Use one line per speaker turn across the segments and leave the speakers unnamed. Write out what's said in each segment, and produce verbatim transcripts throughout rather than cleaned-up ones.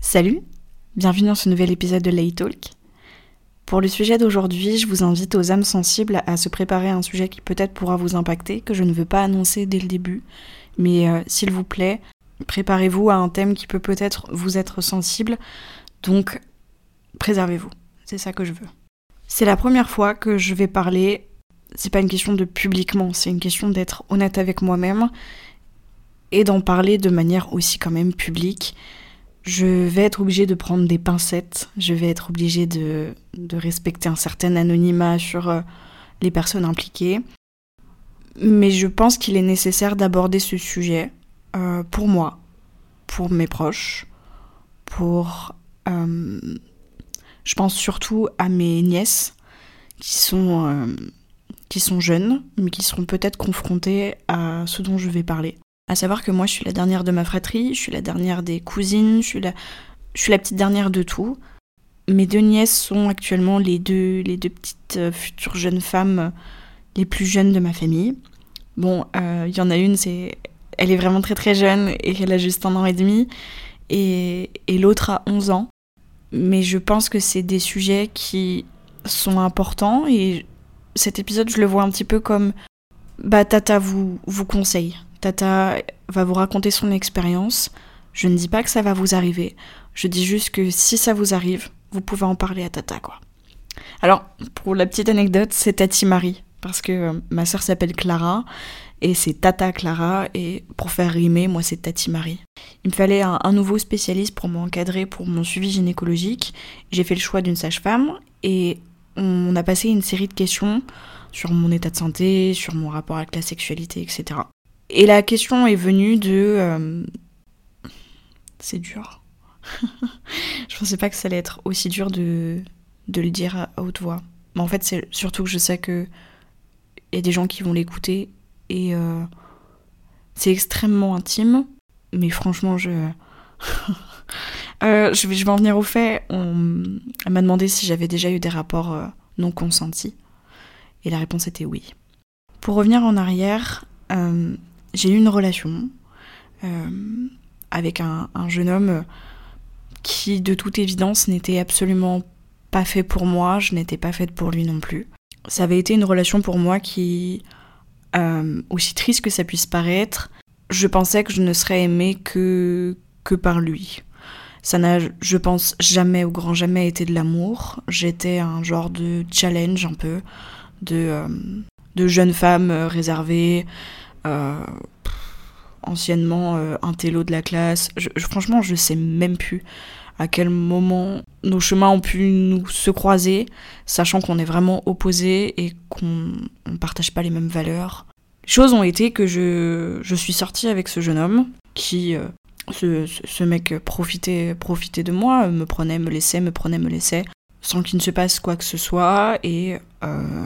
Salut, bienvenue dans ce nouvel épisode de Lay Talk. Pour le sujet d'aujourd'hui, je vous invite aux âmes sensibles à se préparer à un sujet qui peut-être pourra vous impacter, que je ne veux pas annoncer dès le début, mais euh, s'il vous plaît, préparez-vous à un thème qui peut peut-être vous être sensible, donc préservez-vous, c'est ça que je veux. C'est la première fois que je vais parler, c'est pas une question de publiquement, c'est une question d'être honnête avec moi-même et d'en parler de manière aussi quand même publique. Je vais être obligée de prendre des pincettes, je vais être obligée de, de respecter un certain anonymat sur euh, les personnes impliquées. Mais je pense qu'il est nécessaire d'aborder ce sujet euh, pour moi, pour mes proches, pour... Euh, je pense surtout à mes nièces qui sont, euh, qui sont jeunes, mais qui seront peut-être confrontées à ce dont je vais parler. À savoir que moi, je suis la dernière de ma fratrie, je suis la dernière des cousines, je suis la, je suis la petite dernière de tout. Mes deux nièces sont actuellement les deux, les deux petites euh, futures jeunes femmes les plus jeunes de ma famille. Bon, il euh, y en a une, c'est, elle est vraiment très très jeune et elle a juste un an et demi, et, et l'autre a onze ans. Mais je pense que c'est des sujets qui sont importants et cet épisode, je le vois un petit peu comme bah, Tata vous, vous conseille. Tata va vous raconter son expérience. Je ne dis pas que ça va vous arriver. Je dis juste que si ça vous arrive, vous pouvez en parler à Tata, quoi. Alors, pour la petite anecdote, c'est Tati Marie. Parce que euh, ma sœur s'appelle Clara. Et c'est Tata Clara. Et pour faire rimer, moi, c'est Tati Marie. Il me fallait un, un nouveau spécialiste pour m'encadrer pour mon suivi gynécologique. J'ai fait le choix d'une sage-femme. Et on a passé une série de questions sur mon état de santé, sur mon rapport avec la sexualité, et cetera. Et la question est venue de... Euh... C'est dur. Je pensais pas que ça allait être aussi dur de, de le dire à haute voix. Mais en fait, c'est surtout que je sais qu'il y a des gens qui vont l'écouter et euh, c'est extrêmement intime. Mais franchement, je... euh, je, vais, je vais en venir au fait. On, elle m'a demandé si j'avais déjà eu des rapports euh, non consentis. Et la réponse était oui. Pour revenir en arrière... Euh, J'ai eu une relation euh, avec un, un jeune homme qui, de toute évidence, n'était absolument pas fait pour moi. Je n'étais pas faite pour lui non plus. Ça avait été une relation pour moi qui, euh, aussi triste que ça puisse paraître, je pensais que je ne serais aimée que, que par lui. Ça n'a, je pense, jamais, au grand jamais été de l'amour. J'étais un genre de challenge un peu, de, euh, de jeune femme euh, réservée, Euh, anciennement euh, un télo de la classe. Je, je, franchement, je sais même plus à quel moment nos chemins ont pu nous se croiser, sachant qu'on est vraiment opposés et qu'on ne partage pas les mêmes valeurs. Les choses ont été que je, je suis sortie avec ce jeune homme qui, euh, ce, ce, ce mec profitait, profitait de moi, me prenait, me laissait, me prenait, me laissait, sans qu'il ne se passe quoi que ce soit. Et euh,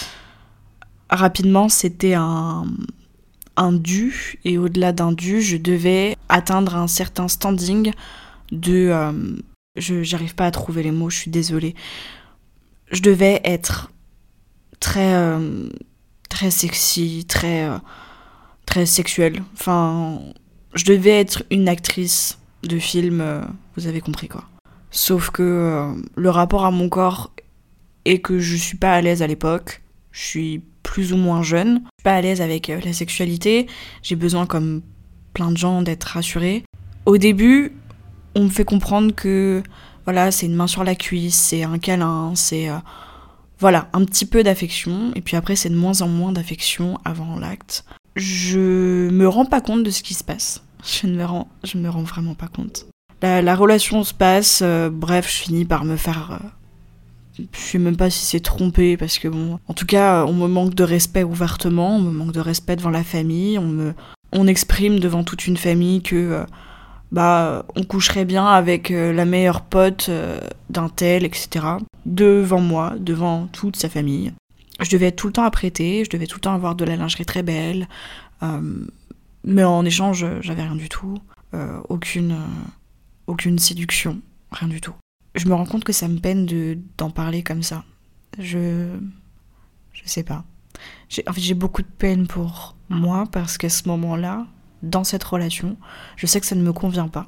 rapidement, c'était un... un dû, et au-delà d'un dû, je devais atteindre un certain standing de... Euh, je j'arrive pas à trouver les mots, je suis désolée. Je devais être très, euh, très sexy, très, euh, très sexuelle. Enfin, je devais être une actrice de film, euh, vous avez compris quoi. Sauf que euh, le rapport à mon corps est que je suis pas à l'aise à l'époque. Je suis plus ou moins jeune. Je suis pas à l'aise avec la sexualité. J'ai besoin, comme plein de gens, d'être rassurée. Au début, on me fait comprendre que voilà, c'est une main sur la cuisse, c'est un câlin, c'est euh, voilà, un petit peu d'affection. Et puis après, c'est de moins en moins d'affection avant l'acte. Je me rends pas compte de ce qui se passe. Je ne me rends, je me rends vraiment pas compte. La, la relation se passe. Euh, bref, je finis par me faire... Euh, Je sais même pas si c'est trompé, parce que bon... En tout cas, on me manque de respect ouvertement, on me manque de respect devant la famille, on me... On exprime devant toute une famille que... Euh, bah, on coucherait bien avec euh, la meilleure pote euh, d'un tel, et cetera. Devant moi, devant toute sa famille. Je devais être tout le temps apprêtée, je devais tout le temps avoir de la lingerie très belle, euh, mais en échange, j'avais rien du tout. Euh, aucune... Euh, aucune séduction, rien du tout. Je me rends compte que ça me peine de, d'en parler comme ça. Je... Je sais pas. J'ai, en fait, j'ai beaucoup de peine pour moi parce qu'à ce moment-là, dans cette relation, je sais que ça ne me convient pas.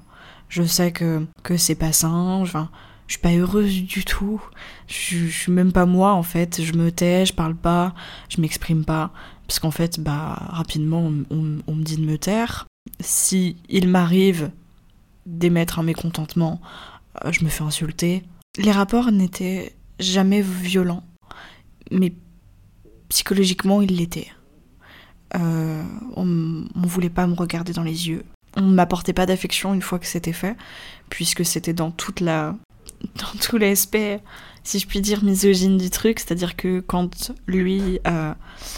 Je sais que, que c'est pas sain, enfin, je suis pas heureuse du tout. Je, je suis même pas moi, en fait. Je me tais, je parle pas, je m'exprime pas. Parce qu'en fait, bah, rapidement, on, on, on me dit de me taire. Si il m'arrive d'émettre un mécontentement, euh, je me fais insulter. Les rapports n'étaient jamais violents, mais psychologiquement, ils l'étaient. Euh, on, on voulait pas me regarder dans les yeux. On ne m'apportait pas d'affection une fois que c'était fait, puisque c'était dans toute la, dans tout l'aspect, si je puis dire, misogyne du truc, c'est-à-dire que quand lui a,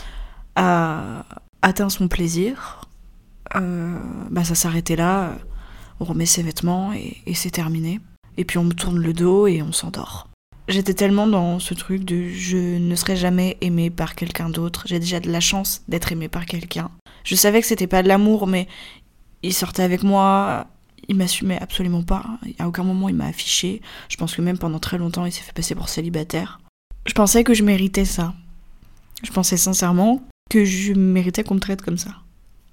a atteint son plaisir, euh, bah ça s'arrêtait là, on remet ses vêtements et, et c'est terminé. Et puis on me tourne le dos et on s'endort. J'étais tellement dans ce truc de je ne serai jamais aimée par quelqu'un d'autre, j'ai déjà de la chance d'être aimée par quelqu'un. Je savais que c'était pas de l'amour, mais il sortait avec moi, il m'assumait absolument pas, à aucun moment il m'a affiché. Je pense que même pendant très longtemps il s'est fait passer pour célibataire. Je pensais que je méritais ça. Je pensais sincèrement que je méritais qu'on me traite comme ça.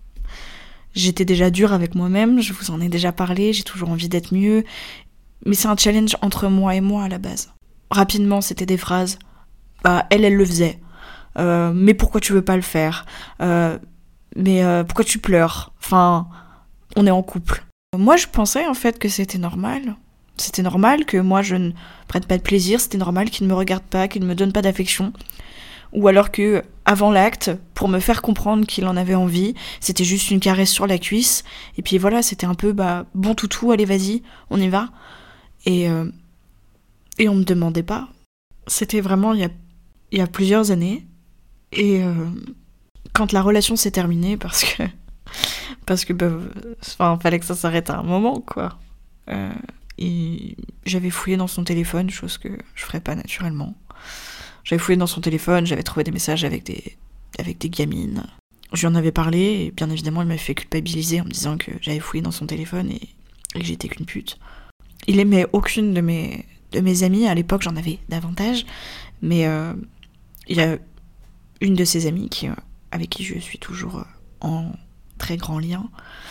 J'étais déjà dure avec moi-même, je vous en ai déjà parlé, j'ai toujours envie d'être mieux, mais c'est un challenge entre moi et moi à la base. Rapidement, c'était des phrases. Bah, elle, elle le faisait. Euh, mais pourquoi tu veux pas le faire euh, Mais euh, pourquoi tu pleures Enfin, on est en couple. Moi, je pensais en fait que c'était normal. C'était normal que moi, je ne prenne pas de plaisir. C'était normal qu'il ne me regarde pas, qu'il ne me donne pas d'affection. Ou alors que, avant l'acte, pour me faire comprendre qu'il en avait envie, c'était juste une caresse sur la cuisse. Et puis voilà, c'était un peu, bah, bon toutou, allez, vas-y, on y va. Et... Euh, Et on me demandait pas. C'était vraiment il y a, il y a plusieurs années. Et euh, quand la relation s'est terminée, parce que parce que bah, enfin, fallait que ça s'arrête à un moment, quoi. Euh, et j'avais fouillé dans son téléphone, chose que je ferais pas naturellement. J'avais fouillé dans son téléphone, j'avais trouvé des messages avec des avec des gamines. Je lui en avais parlé, et bien évidemment, il m'avait fait culpabiliser en me disant que j'avais fouillé dans son téléphone et, et que j'étais qu'une pute. Il aimait aucune de mes de mes amies, à l'époque j'en avais davantage, mais euh, il y a une de ses amies qui, euh, avec qui je suis toujours euh, en très grand lien,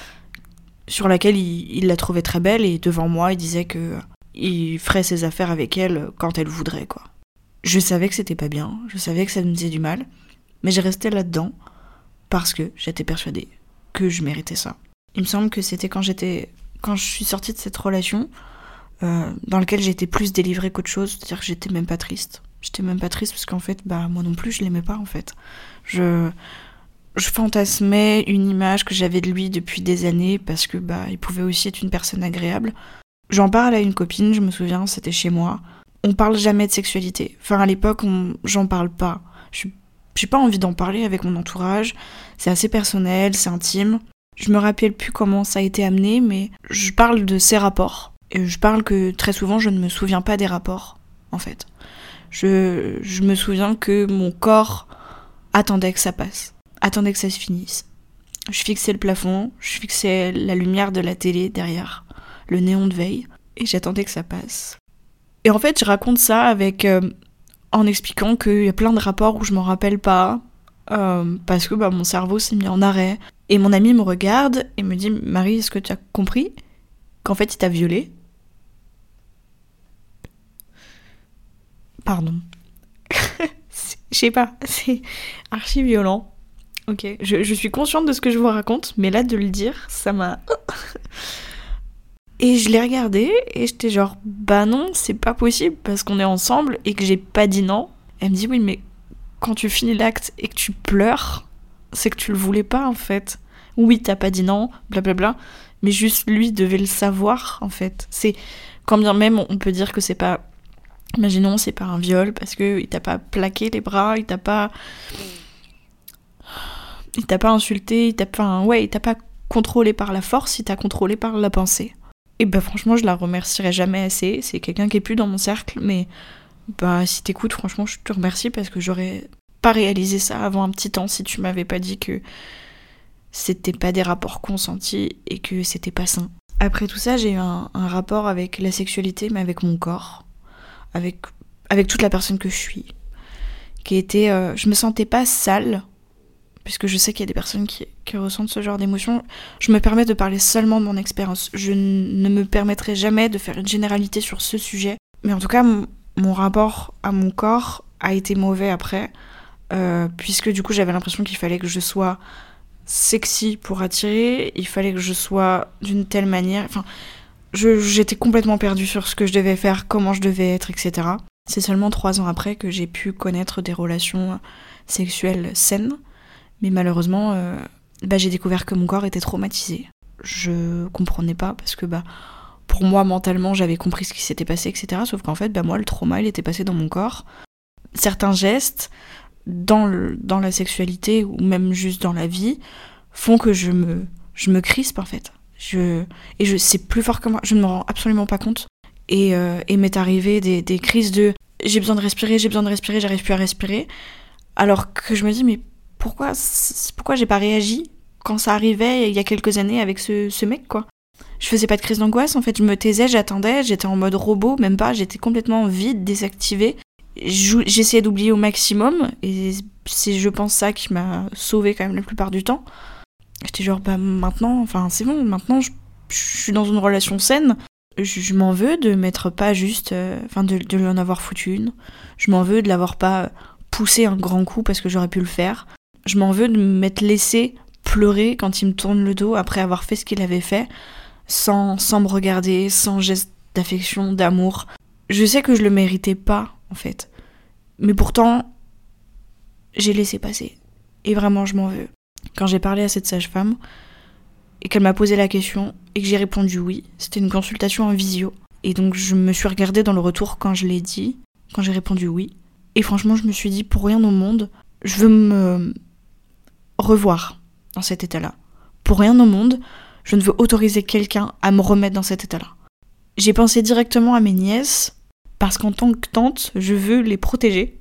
sur laquelle il, il la trouvait très belle, et devant moi il disait que euh, il ferait ses affaires avec elle quand elle voudrait, quoi. Je savais que c'était pas bien, je savais que ça me faisait du mal, mais j'ai resté là-dedans parce que j'étais persuadée que je méritais ça. Il me semble que c'était quand j'étais quand je suis sortie de cette relation, Euh, dans lequel j'étais plus délivrée qu'autre chose, c'est-à-dire que j'étais même pas triste. J'étais même pas triste parce qu'en fait, bah moi non plus, je l'aimais pas en fait. Je, je fantasmais une image que j'avais de lui depuis des années parce que bah il pouvait aussi être une personne agréable. J'en parle à une copine, je me souviens, c'était chez moi. On parle jamais de sexualité. Enfin à l'époque, on, j'en parle pas. Je, j'ai pas envie d'en parler avec mon entourage. C'est assez personnel, c'est intime. Je me rappelle plus comment ça a été amené, mais je parle de ces rapports. Et je parle que très souvent je ne me souviens pas des rapports, en fait. Je, je me souviens que mon corps attendait que ça passe, attendait que ça se finisse. Je fixais le plafond, je fixais la lumière de la télé derrière, le néon de veille, et j'attendais que ça passe. Et en fait, je raconte ça avec, euh, en expliquant qu'il y a plein de rapports où je m'en rappelle pas, euh, parce que bah, mon cerveau s'est mis en arrêt. Et mon ami me regarde et me dit « Marie, est-ce que tu as compris qu'en fait il t'a violée ?» Pardon. Je sais pas, c'est archi violent. Ok, je, je suis consciente de ce que je vous raconte, mais là de le dire, ça m'a... Et je l'ai regardé et j'étais genre, bah non, c'est pas possible parce qu'on est ensemble et que j'ai pas dit non. Elle me dit, oui, mais quand tu finis l'acte et que tu pleures, c'est que tu le voulais pas en fait. Oui, t'as pas dit non, blablabla, mais juste lui devait le savoir en fait. C'est quand bien même on peut dire que c'est pas... Imaginons, c'est pas un viol parce que il t'a pas plaqué les bras, il t'a pas, il t'a pas insulté, il t'a pas, ouais, il t'a pas contrôlé par la force, il t'a contrôlé par la pensée. Et bah franchement, je la remercierai jamais assez. C'est quelqu'un qui est plus dans mon cercle, mais bah si t'écoutes, franchement, je te remercie parce que j'aurais pas réalisé ça avant un petit temps si tu m'avais pas dit que c'était pas des rapports consentis et que c'était pas sain. Après tout ça, j'ai eu un, un rapport avec la sexualité, mais avec mon corps. Avec, avec toute la personne que je suis, qui était, euh, je me sentais pas sale puisque je sais qu'il y a des personnes qui, qui ressentent ce genre d'émotions, je me permets de parler seulement de mon expérience. Je n- ne me permettrai jamais de faire une généralité sur ce sujet. Mais en tout cas, m- mon rapport à mon corps a été mauvais après, euh, puisque du coup j'avais l'impression qu'il fallait que je sois sexy pour attirer, il fallait que je sois d'une telle manière, enfin, je, j'étais complètement perdue sur ce que je devais faire, comment je devais être, et cetera. C'est seulement trois ans après que j'ai pu connaître des relations sexuelles saines, mais malheureusement, euh, bah, j'ai découvert que mon corps était traumatisé. Je comprenais pas, parce que bah, pour moi, mentalement, j'avais compris ce qui s'était passé, et cetera. Sauf qu'en fait, bah, moi, le trauma, il était passé dans mon corps. Certains gestes, dans, le, dans la sexualité, ou même juste dans la vie, font que je me, je me crispe, en fait. Je, et je, c'est plus fort que moi, je ne me rends absolument pas compte. Et, euh, et m'est arrivé des, des crises de « j'ai besoin de respirer, j'ai besoin de respirer, j'arrive plus à respirer », alors que je me dis « mais pourquoi, pourquoi j'ai pas réagi quand ça arrivait il y a quelques années avec ce, ce mec, quoi ?» Je faisais pas de crise d'angoisse, en fait, je me taisais, j'attendais, j'étais en mode robot, même pas, j'étais complètement vide, désactivée. J'essayais d'oublier au maximum, et c'est, je pense, ça qui m'a sauvée quand même la plupart du temps. J'étais genre, bah maintenant, enfin c'est bon, maintenant je, je suis dans une relation saine, je, je m'en veux de m'être pas juste, enfin euh, de, de lui en avoir foutu une, je m'en veux de l'avoir pas poussé un grand coup parce que j'aurais pu le faire, je m'en veux de m'être laissé pleurer quand il me tourne le dos après avoir fait ce qu'il avait fait, sans, sans me regarder, sans geste d'affection, d'amour. Je sais que je le méritais pas, en fait. Mais pourtant, j'ai laissé passer. Et vraiment, je m'en veux. Quand j'ai parlé à cette sage-femme, et qu'elle m'a posé la question, et que j'ai répondu oui, c'était une consultation en visio. Et donc, je me suis regardée dans le retour quand je l'ai dit, quand j'ai répondu oui. Et franchement, je me suis dit, pour rien au monde, je veux me revoir dans cet état-là. Pour rien au monde, je ne veux autoriser quelqu'un à me remettre dans cet état-là. J'ai pensé directement à mes nièces, parce qu'en tant que tante, je veux les protéger.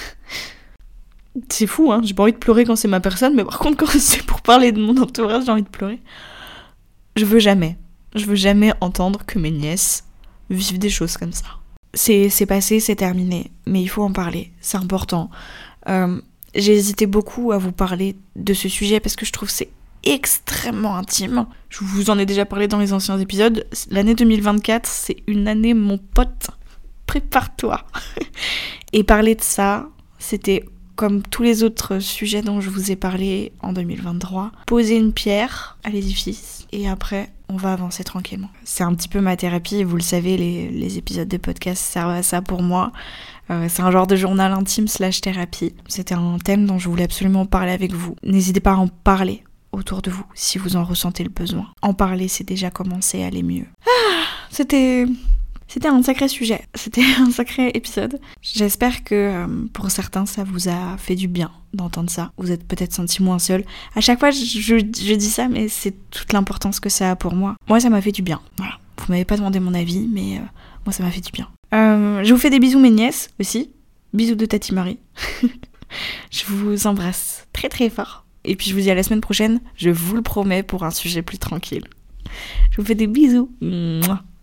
C'est fou, hein, j'ai pas envie de pleurer quand c'est ma personne, mais par contre, quand c'est pour parler de mon entourage, j'ai envie de pleurer. Je veux jamais, je veux jamais entendre que mes nièces vivent des choses comme ça. C'est, c'est passé, c'est terminé, mais il faut en parler, c'est important. Euh, j'ai hésité beaucoup à vous parler de ce sujet parce que je trouve que c'est extrêmement intime. Je vous en ai déjà parlé dans les anciens épisodes. L'année deux mille vingt-quatre, c'est une année, mon pote, prépare-toi. Et parler de ça, c'était comme tous les autres sujets dont je vous ai parlé en deux mille vingt-trois, poser une pierre à l'édifice et après on va avancer tranquillement. C'est un petit peu ma thérapie, vous le savez, les, les épisodes de podcast servent à ça pour moi. Euh, c'est un genre de journal intime slash thérapie. C'était un thème dont je voulais absolument parler avec vous. N'hésitez pas à en parler autour de vous si vous en ressentez le besoin. En parler, c'est déjà commencer à aller mieux. Ah, c'était... C'était un sacré sujet, c'était un sacré épisode. J'espère que euh, pour certains, ça vous a fait du bien d'entendre ça. Vous êtes peut-être senti moins seul. À chaque fois, je, je, je dis ça, mais c'est toute l'importance que ça a pour moi. Moi, ça m'a fait du bien. Voilà. Vous m'avez pas demandé mon avis, mais euh, moi, ça m'a fait du bien. Euh, je vous fais des bisous, mes nièces, aussi. Bisous de Tati Marie. Je vous embrasse très très fort. Et puis, je vous dis à la semaine prochaine, je vous le promets, pour un sujet plus tranquille. Je vous fais des bisous. Mouah.